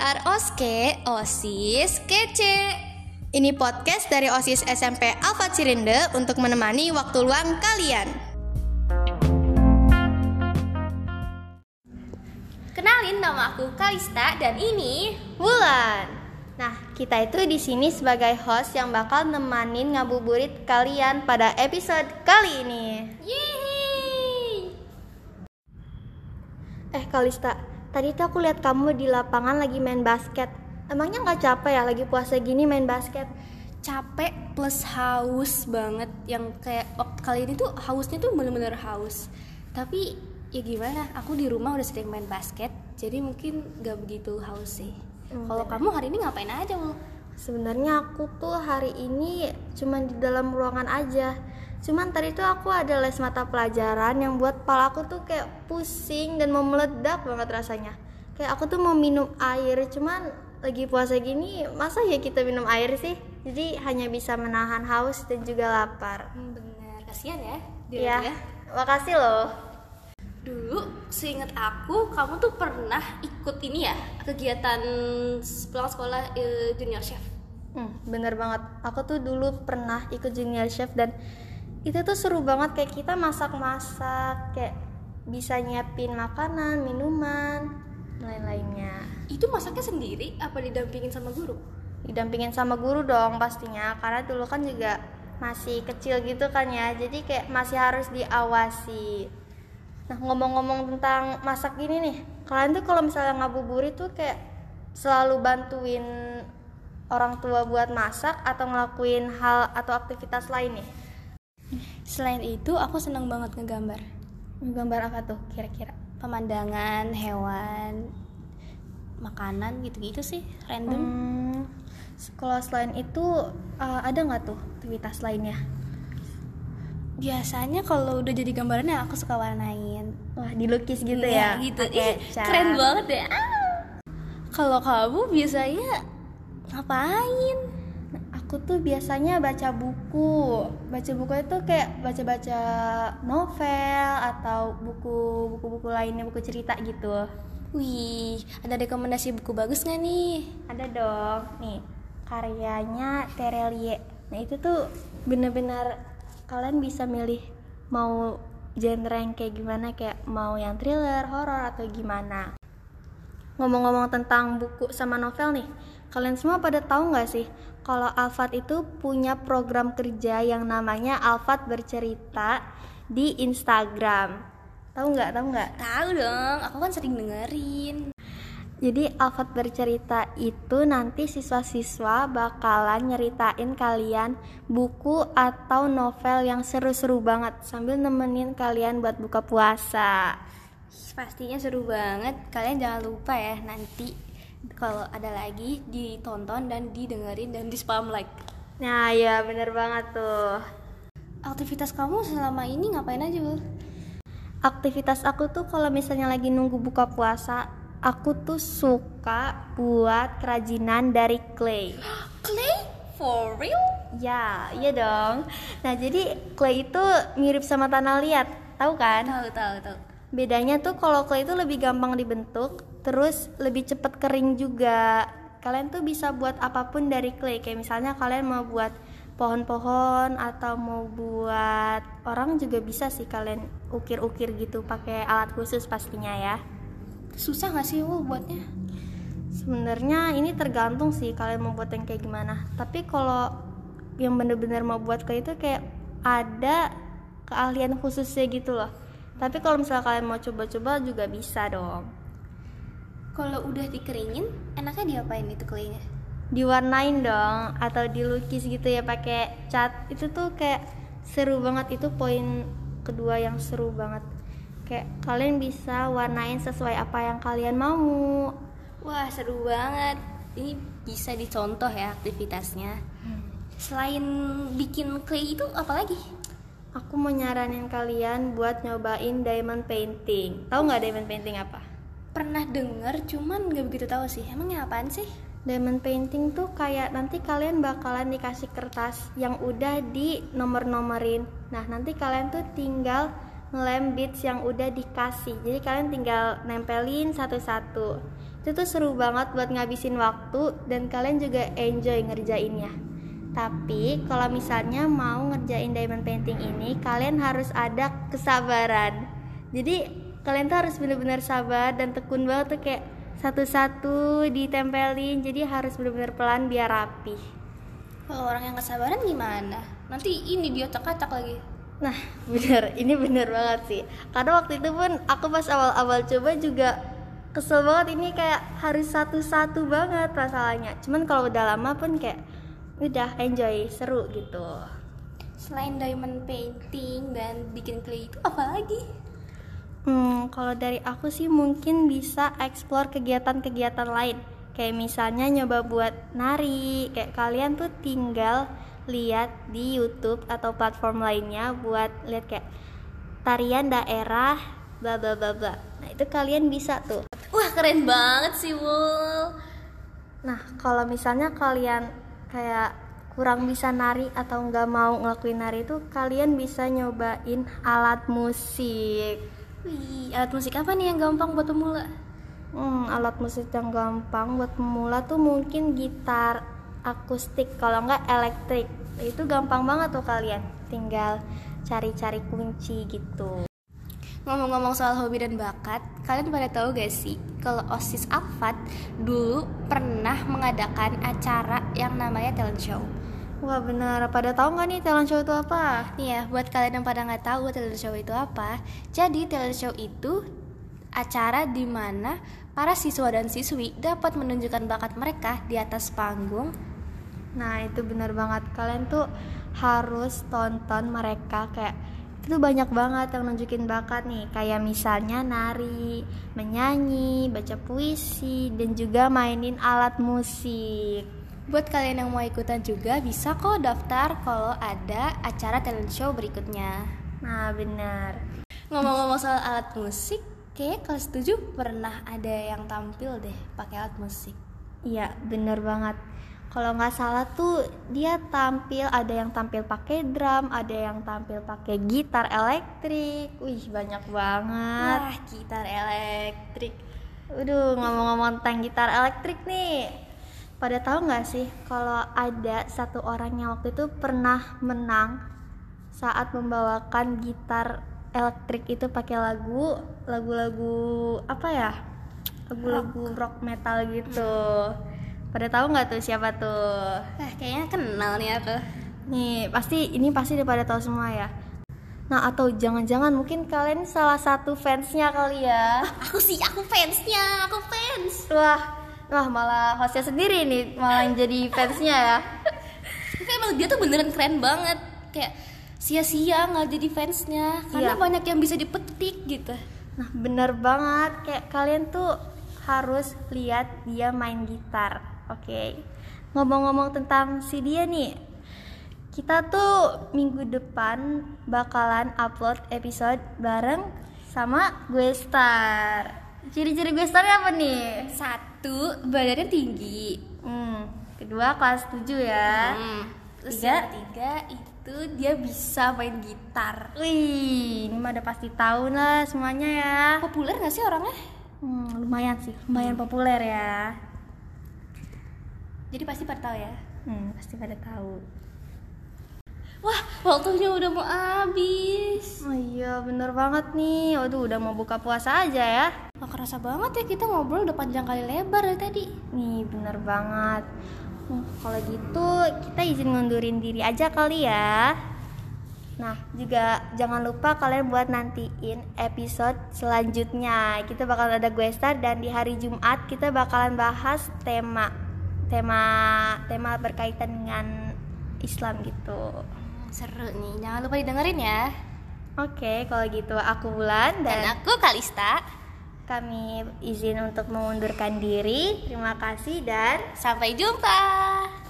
pendengar OSKE, OSIS Kece. Ini podcast dari OSIS SMP Alfa Cirinde untuk menemani waktu luang kalian. Kenalin, nama aku Kalista dan ini Wulan. Nah, kita itu di sini sebagai host yang bakal nemanin ngabuburit kalian pada episode kali ini. Yeay. Kalista, tadi tuh aku lihat kamu di lapangan lagi main basket. Emangnya nggak capek ya lagi puasa gini main basket? Capek plus haus banget. Yang kayak waktu kali ini tuh hausnya tuh bener-bener haus. Tapi ya gimana, aku di rumah udah sering main basket, jadi mungkin gak begitu haus sih. Kalau kamu hari ini ngapain aja, Wul? Sebenarnya aku tuh hari ini cuman di dalam ruangan aja. Cuman tadi tuh aku ada les mata pelajaran yang buat kepala aku tuh kayak pusing dan mau meledak banget rasanya. Kayak aku tuh mau minum air, cuman lagi puasa gini masa ya kita minum air sih? Jadi hanya bisa menahan haus dan juga lapar. Bener, kasihan ya. Iya, makasih loh. Dulu seingat aku, kamu tuh pernah ikut ini ya, kegiatan pulang sekolah junior chef. Bener banget. Aku tuh dulu pernah ikut junior chef dan itu tuh seru banget. Kayak kita masak-masak, kayak bisa nyiapin makanan, minuman, lain-lainnya. Itu masaknya sendiri apa didampingin sama guru? Didampingin sama guru dong pastinya, karena dulu kan juga masih kecil gitu kan ya, jadi kayak masih harus diawasi. Nah, ngomong-ngomong tentang masak gini nih, kalian tuh kalau misalnya ngabuburit tuh kayak selalu bantuin orang tua buat masak atau ngelakuin hal atau aktivitas lain nih? Selain itu, aku seneng banget ngegambar. Gambar apa tuh kira-kira? Pemandangan, hewan, makanan gitu-gitu sih, random. Kalau selain itu ada nggak tuh aktivitas lainnya? Biasanya kalau udah jadi gambarannya aku suka warnain. Wah, dilukis gitu ya? ya? Gitu. Keren banget ya. Kalau kamu biasanya ngapain? Aku tuh biasanya baca buku. Baca buku itu kayak baca-baca novel atau buku-buku lainnya, buku cerita gitu. Wih, ada rekomendasi buku bagus nggak nih? Ada dong. Nih, karyanya Terelie. Nah, itu tuh bener-bener kalian bisa milih mau genre yang kayak gimana, kayak mau yang thriller, horor atau gimana. Ngomong-ngomong tentang buku sama novel nih, kalian semua pada tahu nggak sih kalau Alfat itu punya program kerja yang namanya Alfat Bercerita di Instagram? Tahu nggak? Tahu dong, aku kan sering dengerin. Jadi Alfat Bercerita itu nanti siswa-siswa bakalan nyeritain kalian buku atau novel yang seru-seru banget sambil nemenin kalian buat buka puasa. Pastinya seru banget. Kalian jangan lupa ya, nanti kalau ada lagi ditonton dan didengerin dan di spam like. Nah ya, bener banget tuh. Aktivitas kamu selama ini ngapain aja, Bul? Aktivitas aku tuh kalau misalnya lagi nunggu buka puasa, aku tuh suka buat kerajinan dari clay. Clay? For real? Ya, iya dong. Nah, jadi clay itu mirip sama tanah liat, tahu kan? Tahu. Bedanya tuh kalau clay itu lebih gampang dibentuk, terus lebih cepat kering juga. Kalian tuh bisa buat apapun dari clay. Kayak misalnya kalian mau buat pohon-pohon atau mau buat orang juga bisa sih, kalian ukir-ukir gitu pakai alat khusus pastinya ya. Susah gak sih buatnya? Sebenarnya ini tergantung sih kalian mau buat yang kayak gimana. Tapi kalau yang bener-bener mau buat kayak itu kayak ada keahlian khususnya gitu loh. Tapi kalau misalnya kalian mau coba-coba juga bisa dong. Kalau udah dikeringin, enaknya diapain itu claynya? Diwarnain dong atau dilukis gitu ya pakai cat. Itu tuh kayak seru banget, itu poin kedua yang seru banget. Kayak kalian bisa warnain sesuai apa yang kalian mau. Wah, seru banget. Ini bisa dicontoh ya aktivitasnya. Selain bikin clay itu apa lagi? Aku mau nyaranin kalian buat nyobain diamond painting. Tahu nggak diamond painting apa? Pernah denger, cuman nggak begitu tahu sih. Emangnya apaan sih? Diamond painting tuh kayak nanti kalian bakalan dikasih kertas yang udah di nomor-nomorin. Nah, nanti kalian tuh tinggal ngelem beads yang udah dikasih. Jadi kalian tinggal nempelin satu-satu. Itu tuh seru banget buat ngabisin waktu dan kalian juga enjoy ngerjainnya. Tapi kalau misalnya mau ngerjain diamond painting ini, kalian harus ada kesabaran. Jadi kalian tuh harus benar-benar sabar dan tekun banget tuh, kayak satu-satu ditempelin. Jadi harus benar-benar pelan biar rapi. Kalau orang yang kesabaran gimana? Nanti ini dia acak-acak lagi. Nah bener, ini bener banget sih. Karena waktu itu pun aku pas awal-awal coba juga kesel banget, ini kayak harus satu-satu banget masalahnya. Cuman kalau udah lama pun kayak udah enjoy, seru gitu. Selain diamond painting dan bikin clay itu apa lagi? Kalau dari aku sih mungkin bisa explore kegiatan-kegiatan lain. Kayak misalnya nyoba buat nari. Kayak kalian tuh tinggal lihat di YouTube atau platform lainnya buat lihat kayak tarian daerah bla bla bla bla. Nah, itu kalian bisa tuh. Wah, keren banget sih, Wul. Nah, kalau misalnya kalian kayak kurang bisa nari atau nggak mau ngelakuin nari itu, kalian bisa nyobain alat musik. Wih, alat musik apa nih yang gampang buat pemula? Alat musik yang gampang buat pemula tuh mungkin gitar akustik, kalau nggak elektrik. Itu gampang banget tuh, kalian tinggal cari-cari kunci gitu. Ngomong-ngomong soal hobi dan bakat, kalian pada tahu gak sih kalau OSIS Alfat dulu pernah mengadakan acara yang namanya talent show? Wah benar, pada tahu nggak nih talent show itu apa? Nih ya, buat kalian yang pada nggak tahu talent show itu apa, jadi talent show itu acara di mana para siswa dan siswi dapat menunjukkan bakat mereka di atas panggung. Nah itu benar banget, kalian tuh harus tonton mereka, kayak itu banyak banget yang nunjukin bakat nih, kayak misalnya nari, menyanyi, baca puisi, dan juga mainin alat musik. Buat kalian yang mau ikutan juga bisa kok daftar kalau ada acara talent show berikutnya. Nah benar. Ngomong-ngomong soal alat musik, kayak kelas 7 pernah ada yang tampil deh pakai alat musik. Iya benar banget. Kalau nggak salah tuh dia tampil, ada yang tampil pakai drum, ada yang tampil pakai gitar elektrik. Wih banyak banget. Wah, gitar elektrik. Ngomong-ngomong tentang gitar elektrik nih, pada tahu nggak sih kalau ada satu orang yang waktu itu pernah menang saat membawakan gitar elektrik itu pakai lagu-lagu apa ya? Lagu-lagu rock metal gitu. Pada tahu nggak tuh siapa tuh? Kayaknya kenal nih aku. Nih ini pasti udah pada tahu semua ya. Nah atau jangan-jangan mungkin kalian salah satu fansnya kali ya? Aku fansnya, aku fans. Wah malah hostnya sendiri nih malah yang jadi fansnya ya. Tapi emang dia tuh beneran keren banget. Kayak sia-sia nggak jadi fansnya karena banyak yang bisa dipetik gitu. Nah bener banget, kayak kalian tuh harus lihat dia main gitar. Oke. Ngomong-ngomong tentang si dia nih, kita tuh minggu depan bakalan upload episode bareng sama Guestar. Ciri-ciri Guestarnya apa nih? 1, badannya tinggi. Kedua kelas 7 ya. Terus yang 3 itu dia bisa main gitar. Wih, ini mah udah pasti tahu lah semuanya ya. Populer gak sih orangnya? Lumayan sih, lumayan populer ya. Jadi pasti pada tahu ya? Pasti pada tahu. Wah, waktunya udah mau habis. Oh iya, bener banget nih. Udah mau buka puasa aja ya. Gak kerasa banget ya, kita ngobrol udah panjang kali lebar dari tadi. Nih, bener banget. Kalau gitu, kita izin ngundurin diri aja kali ya. Nah, juga jangan lupa kalian buat nantiin episode selanjutnya. Kita bakalan ada Guestar dan di hari Jumat kita bakalan bahas tema berkaitan dengan Islam gitu. Seru nih, jangan lupa didengerin ya. Oke, kalau gitu aku Bulan dan aku Kalista. Kami izin untuk mengundurkan diri. Terima kasih dan sampai jumpa.